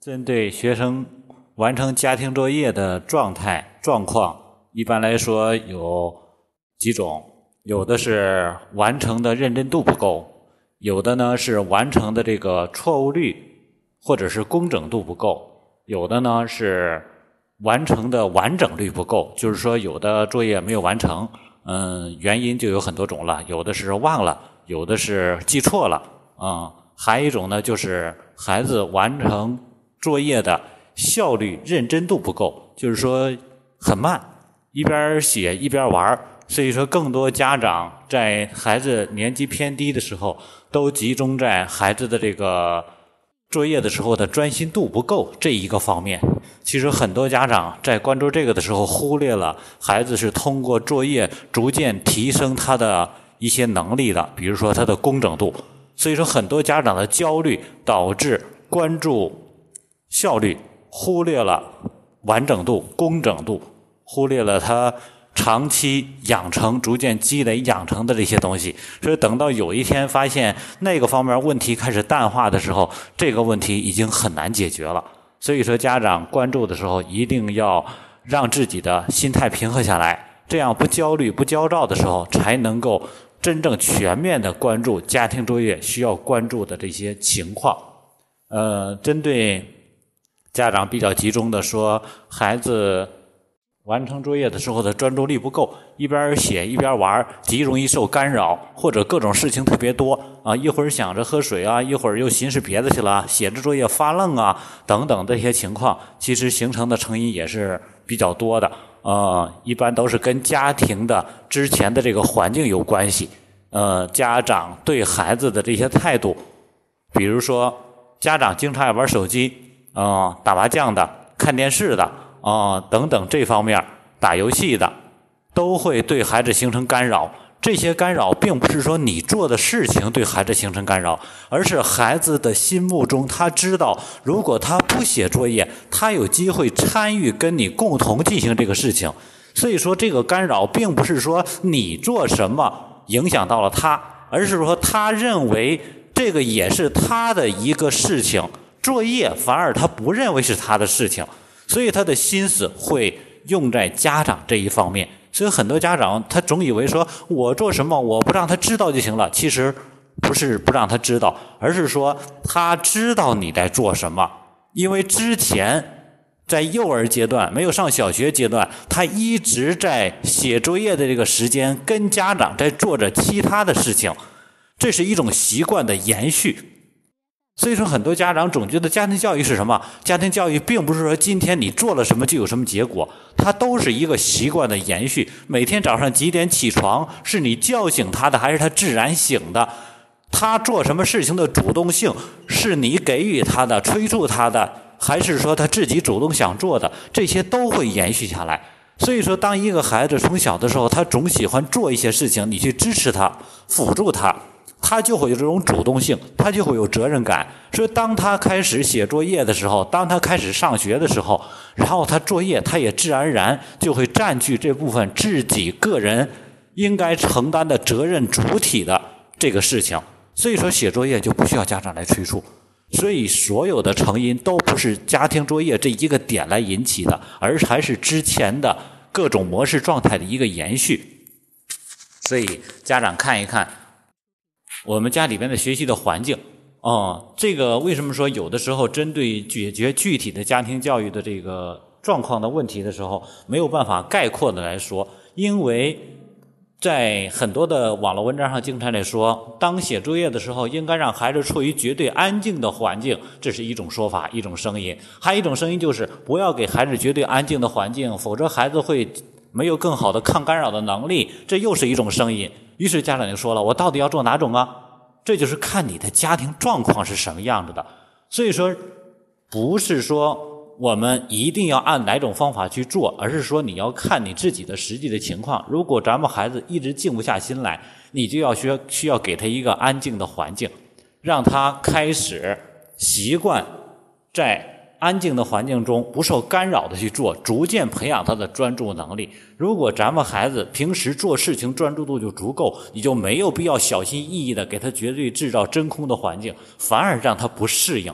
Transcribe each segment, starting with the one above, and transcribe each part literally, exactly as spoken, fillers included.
针对学生完成家庭作业的状态状况，一般来说有几种，有的是完成的认真度不够，有的呢是完成的这个错误率或者是工整度不够，有的呢是完成的完整率不够，就是说有的作业没有完成，嗯，原因就有很多种了，有的是忘了，有的是记错了，嗯，还有一种呢就是孩子完成作业的效率认真度不够，就是说很慢，一边写一边玩，所以说更多家长在孩子年纪偏低的时候都集中在孩子的这个作业的时候的专心度不够这一个方面。其实很多家长在关注这个的时候忽略了孩子是通过作业逐渐提升他的一些能力的，比如说他的工整度。所以说很多家长的焦虑导致关注效率，忽略了完整度、工整度，忽略了他长期养成、逐渐积累养成的这些东西。所以等到有一天发现那个方面问题开始淡化的时候，这个问题已经很难解决了。所以说家长关注的时候一定要让自己的心态平和下来，这样不焦虑、不焦躁的时候，才能够真正全面的关注家庭作业需要关注的这些情况。呃，针对家长比较集中的说孩子完成作业的时候的专注力不够，一边写一边玩，极容易受干扰，或者各种事情特别多啊，一会儿想着喝水啊，一会儿又寻思别的去了，写着作业发愣啊等等这些情况，其实形成的成因也是比较多的。呃，一般都是跟家庭的之前的这个环境有关系。呃，家长对孩子的这些态度，比如说家长经常爱玩手机，呃，打麻将的，看电视的，啊、呃，等等这方面，打游戏的，都会对孩子形成干扰。这些干扰并不是说你做的事情对孩子形成干扰，而是孩子的心目中他知道，如果他不写作业，他有机会参与跟你共同进行这个事情。所以说这个干扰并不是说你做什么影响到了他，而是说他认为这个也是他的一个事情，作业反而他不认为是他的事情，所以他的心思会用在家长这一方面。所以很多家长他总以为说我做什么我不让他知道就行了，其实不是不让他知道，而是说他知道你在做什么。因为之前在幼儿阶段没有上小学阶段，他一直在写作业的这个时间跟家长在做着其他的事情，这是一种习惯的延续。所以说很多家长总觉得家庭教育是什么？家庭教育并不是说今天你做了什么就有什么结果，它都是一个习惯的延续。每天早上几点起床，是你叫醒他的还是他自然醒的？他做什么事情的主动性是你给予他的、催促他的，还是说他自己主动想做的？这些都会延续下来。所以说当一个孩子从小的时候他总喜欢做一些事情，你去支持他、辅助他，他就会有这种主动性，他就会有责任感。所以当他开始写作业的时候，当他开始上学的时候，然后他作业他也自然而然就会占据这部分自己个人应该承担的责任主体的这个事情。所以说写作业就不需要家长来催促。所以所有的成因都不是家庭作业这一个点来引起的，而还是之前的各种模式状态的一个延续。所以家长看一看我们家里边的学习的环境，哦，这个为什么说有的时候针对解决具体的家庭教育的这个状况的问题的时候，没有办法概括的来说，因为在很多的网络文章上经常来说，当写作业的时候应该让孩子处于绝对安静的环境，这是一种说法，一种声音。还有一种声音就是不要给孩子绝对安静的环境，否则孩子会没有更好的抗干扰的能力，这又是一种声音。于是家长就说了，我到底要做哪种啊？这就是看你的家庭状况是什么样子的。所以说不是说我们一定要按哪种方法去做，而是说你要看你自己的实际的情况。如果咱们孩子一直静不下心来，你就要需要需要给他一个安静的环境，让他开始习惯在安静的环境中不受干扰的去做，逐渐培养他的专注能力。如果咱们孩子平时做事情专注度就足够，你就没有必要小心翼翼的给他绝对制造真空的环境，反而让他不适应。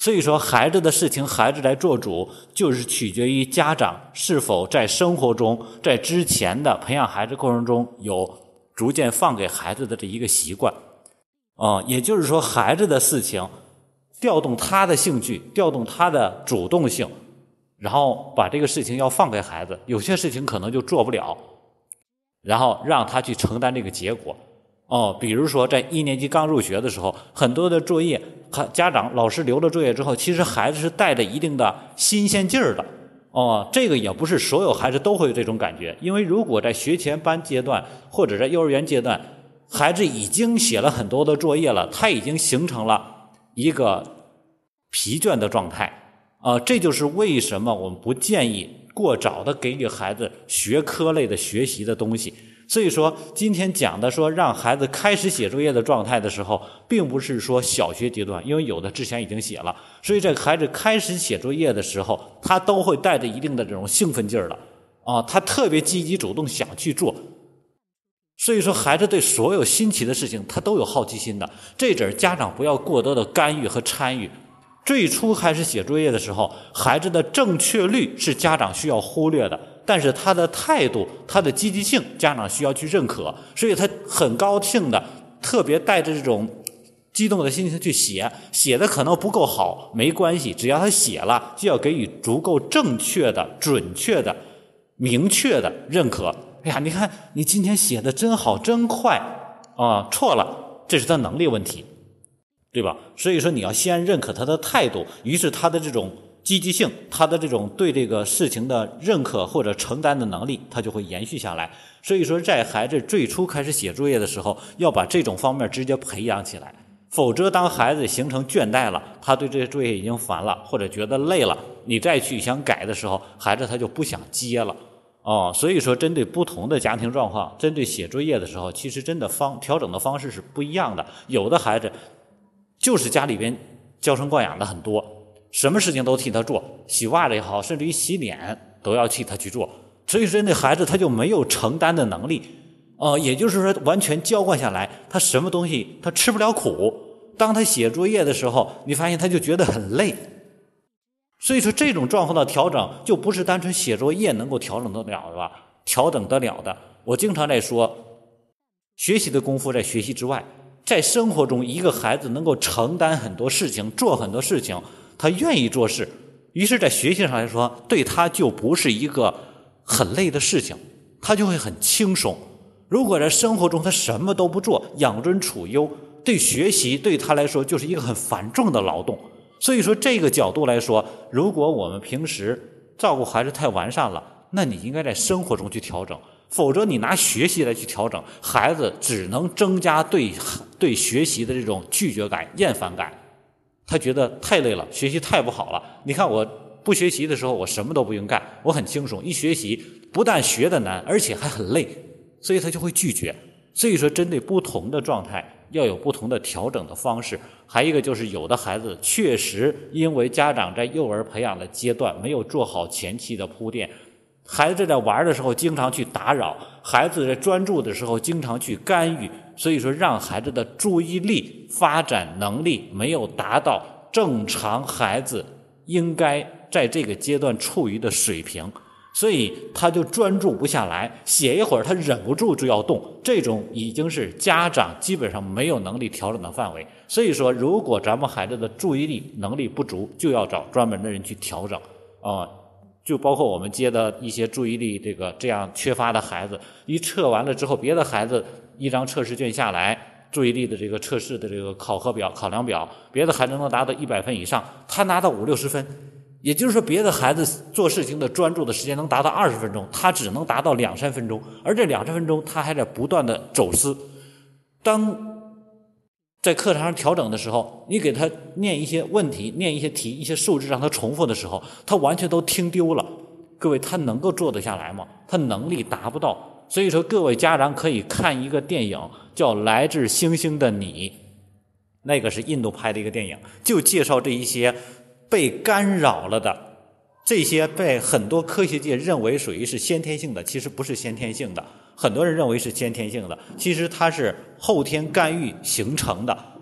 所以说孩子的事情孩子来做主，就是取决于家长是否在生活中在之前的培养孩子过程中有逐渐放给孩子的这一个习惯啊、呃，也就是说孩子的事情调动他的兴趣，调动他的主动性，然后把这个事情要放给孩子，有些事情可能就做不了，然后让他去承担这个结果哦，比如说在一年级刚入学的时候，很多的作业家长老师留了作业之后，其实孩子是带着一定的新鲜劲儿的哦，这个也不是所有孩子都会有这种感觉，因为如果在学前班阶段或者在幼儿园阶段，孩子已经写了很多的作业了，他已经形成了一个疲倦的状态啊、呃，这就是为什么我们不建议过早的给予孩子学科类的学习的东西。所以说今天讲的说让孩子开始写作业的状态的时候，并不是说小学阶段，因为有的之前已经写了，所以这个孩子开始写作业的时候，他都会带着一定的这种兴奋劲儿的啊，他特别积极主动想去做。所以说孩子对所有新奇的事情他都有好奇心的，这阵家长不要过多的干预和参与。最初开始写作业的时候，孩子的正确率是家长需要忽略的，但是他的态度他的积极性家长需要去认可，所以他很高兴的特别带着这种激动的心情去写，写的可能不够好没关系，只要他写了就要给予足够正确的准确的明确的认可。哎呀，你看你今天写的真好真快啊，错了，这是他能力问题，对吧？所以说你要先认可他的态度，于是他的这种积极性，他的这种对这个事情的认可或者承担的能力，他就会延续下来。所以说在孩子最初开始写作业的时候，要把这种方面直接培养起来，否则当孩子形成倦怠了，他对这些作业已经烦了或者觉得累了，你再去想改的时候，孩子他就不想接了哦。所以说针对不同的家庭状况，针对写作业的时候，其实真的方调整的方式是不一样的。有的孩子就是家里边娇生惯养的很多，什么事情都替他做，洗袜子也好，甚至于洗脸都要替他去做，所以说那孩子他就没有承担的能力呃，也就是说完全浇灌下来，他什么东西他吃不了苦，当他写作业的时候，你发现他就觉得很累。所以说这种状况的调整就不是单纯写作业能够调整得了的吧，调整得了的。我经常在说，学习的功夫在学习之外，在生活中一个孩子能够承担很多事情，做很多事情，他愿意做事，于是在学习上来说，对他就不是一个很累的事情，他就会很轻松。如果在生活中他什么都不做，养尊处优，对学习对他来说就是一个很繁重的劳动。所以说这个角度来说，如果我们平时照顾孩子太完善了，那你应该在生活中去调整，否则你拿学习来去调整，孩子只能增加对对学习的这种拒绝感、厌烦感，他觉得太累了，学习太不好了。你看我不学习的时候，我什么都不用干，我很轻松，一学习不但学得难，而且还很累，所以他就会拒绝。所以说针对不同的状态要有不同的调整的方式。还有一个就是有的孩子确实因为家长在幼儿培养的阶段没有做好前期的铺垫，孩子在玩的时候经常去打扰，孩子在专注的时候经常去干预，所以说让孩子的注意力发展能力没有达到正常孩子应该在这个阶段处于的水平，所以他就专注不下来，写一会儿他忍不住就要动，这种已经是家长基本上没有能力调整的范围。所以说如果咱们孩子的注意力能力不足，就要找专门的人去调整啊、呃，就包括我们接的一些注意力这个这样缺乏的孩子，一测完了之后，别的孩子一张测试卷下来，注意力的这个测试的这个考核表考量表，别的孩子能达到一百分以上，他拿到五六十分，也就是说别的孩子做事情的专注的时间能达到二十分钟，他只能达到两三分钟，而这两三分钟他还在不断的走思。当在课堂上调整的时候，你给他念一些问题，念一些题，一些数字让他重复的时候，他完全都听丢了。各位，他能够做得下来吗？他能力达不到。所以说各位家长可以看一个电影叫《来自星星的你》，那个是印度拍的一个电影，就介绍这一些被干扰了的，这些被很多科学界认为属于是先天性的，其实不是先天性的，很多人认为是先天性的，其实它是后天干预形成的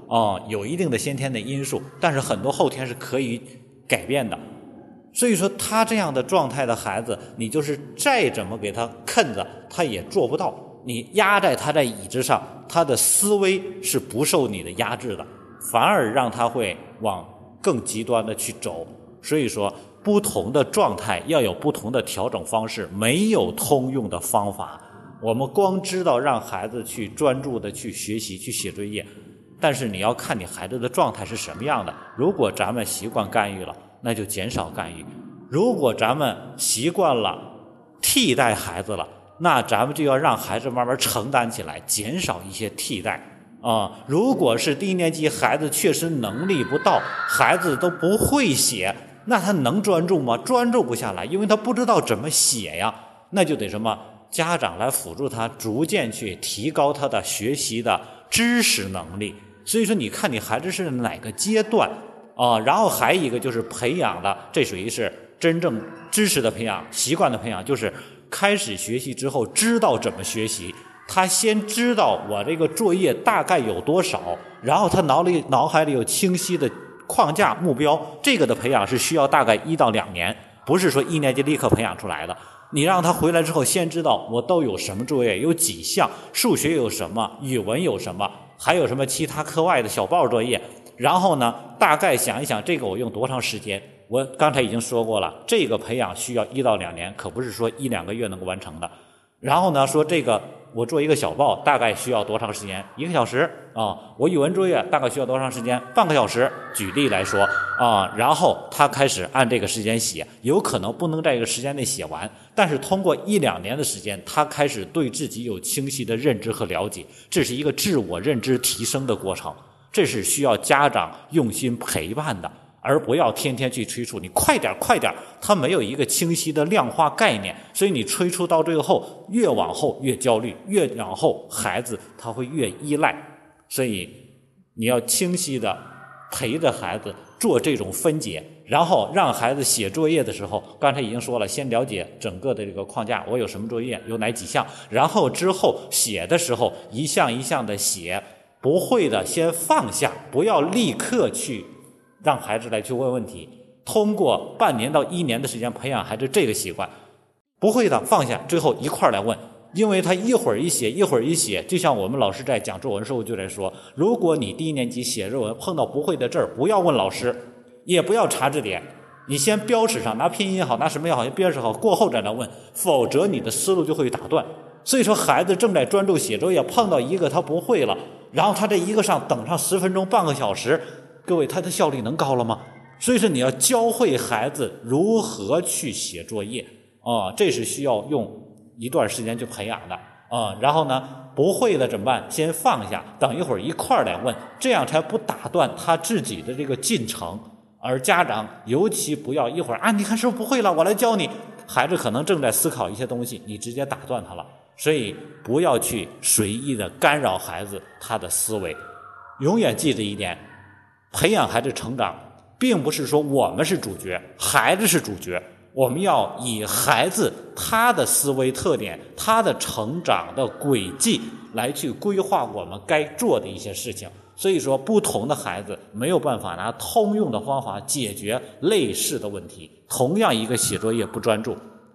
啊、呃，有一定的先天的因素，但是很多后天是可以改变的。所以说他这样的状态的孩子，你就是再怎么给他啃着，他也做不到。你压在他在椅子上，他的思维是不受你的压制的，反而让他会往更极端的去走。所以说不同的状态要有不同的调整方式，没有通用的方法。我们光知道让孩子去专注的去学习去写作业，但是你要看你孩子的状态是什么样的。如果咱们习惯干预了，那就减少干预；如果咱们习惯了替代孩子了，那咱们就要让孩子慢慢承担起来，减少一些替代啊、嗯。如果是低年级孩子确实能力不到，孩子都不会写，那他能专注吗？专注不下来，因为他不知道怎么写呀。那就得什么？家长来辅助他，逐渐去提高他的学习的知识能力。所以说，你看你孩子是哪个阶段啊、呃？然后还有一个就是培养的，这属于是真正知识的培养、习惯的培养，就是开始学习之后知道怎么学习。他先知道我这个作业大概有多少，然后他脑里脑海里有清晰的框架目标。这个的培养是需要大概一到两年，不是说一年级立刻培养出来的。你让他回来之后先知道我都有什么作业，有几项，数学有什么，语文有什么，还有什么其他课外的小报作业，然后呢大概想一想这个我用多长时间。我刚才已经说过了，这个培养需要一到两年，可不是说一两个月能够完成的。然后呢说这个我做一个小报大概需要多长时间，一个小时啊。我语文作业大概需要多长时间，半个小时，举例来说啊。然后他开始按这个时间写，有可能不能在这个时间内写完，但是通过一两年的时间，他开始对自己有清晰的认知和了解，这是一个自我认知提升的过程，这是需要家长用心陪伴的，而不要天天去催促你快点快点。他没有一个清晰的量化概念，所以你催促到最后，越往后越焦虑，越往后孩子他会越依赖。所以你要清晰的陪着孩子做这种分解，然后让孩子写作业的时候，刚才已经说了，先了解整个的这个框架，我有什么作业，有哪几项，然后之后写的时候一项一项的写，不会的先放下，不要立刻去让孩子来去问问题，通过半年到一年的时间培养孩子这个习惯，不会的放下，最后一块来问。因为他一会儿一写一会儿一写，就像我们老师在讲作文时候就在说，如果你低年级写作文碰到不会的字儿，不要问老师，也不要查字典，你先标尺上拿拼音好拿什么也好标尺好，过后再来问，否则你的思路就会打断。所以说孩子正在专注写作业，碰到一个他不会了，然后他这一个上等上十分钟半个小时，各位他的效率能高了吗？所以说你要教会孩子如何去写作业啊、呃，这是需要用一段时间去培养的啊、呃。然后呢不会的怎么办？先放下，等一会儿一块儿来问，这样才不打断他自己的这个进程。而家长尤其不要一会儿啊，你看是不是不会了，我来教你。孩子可能正在思考一些东西，你直接打断他了。所以不要去随意的干扰孩子他的思维。永远记着一点，培养孩子成长并不是说我们是主角，孩子是主角，我们要以孩子他的思维特点，他的成长的轨迹来去规划我们该做的一些事情。所以说不同的孩子没有办法拿通用的方法解决类似的问题。同样一个写作业不专注，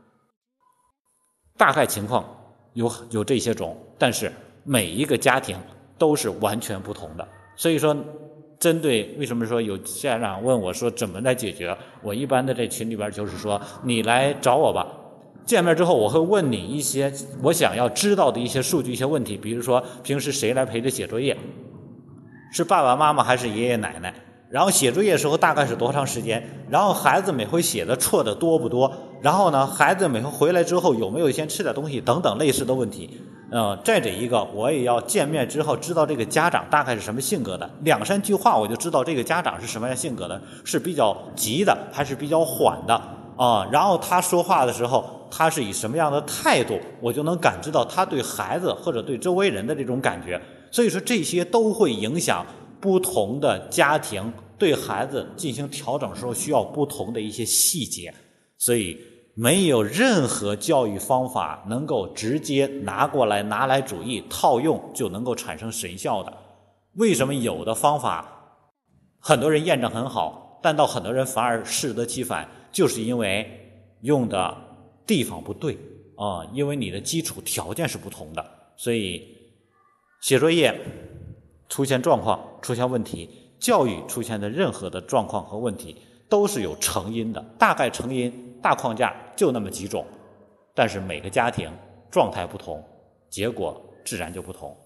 大概情况有有这些种，但是每一个家庭都是完全不同的。所以说针对为什么说有家长问我说怎么来解决，我一般的在群里边就是说，你来找我吧，见面之后我会问你一些我想要知道的一些数据一些问题，比如说平时谁来陪着写作业，是爸爸妈妈还是爷爷奶奶，然后写作业的时候大概是多长时间，然后孩子每回写的错的多不多，然后呢孩子每回回来之后有没有先吃点东西等等类似的问题。呃，再者一个我也要见面之后知道这个家长大概是什么性格的，两三句话我就知道这个家长是什么样性格的，是比较急的还是比较缓的啊、呃？然后他说话的时候他是以什么样的态度，我就能感知到他对孩子或者对周围人的这种感觉。所以说这些都会影响不同的家庭对孩子进行调整时候需要不同的一些细节。所以没有任何教育方法能够直接拿过来拿来主义套用就能够产生神效的。 为什么有的方法很多人验证很好，但到很多人反而适得其反，就是因为用的地方不对啊，因为你的基础条件是不同的，所以写作业出现状况、出现问题，教育出现的任何的状况和问题都是有成因的，大概成因大框架就那么几种，但是每个家庭状态不同，结果自然就不同。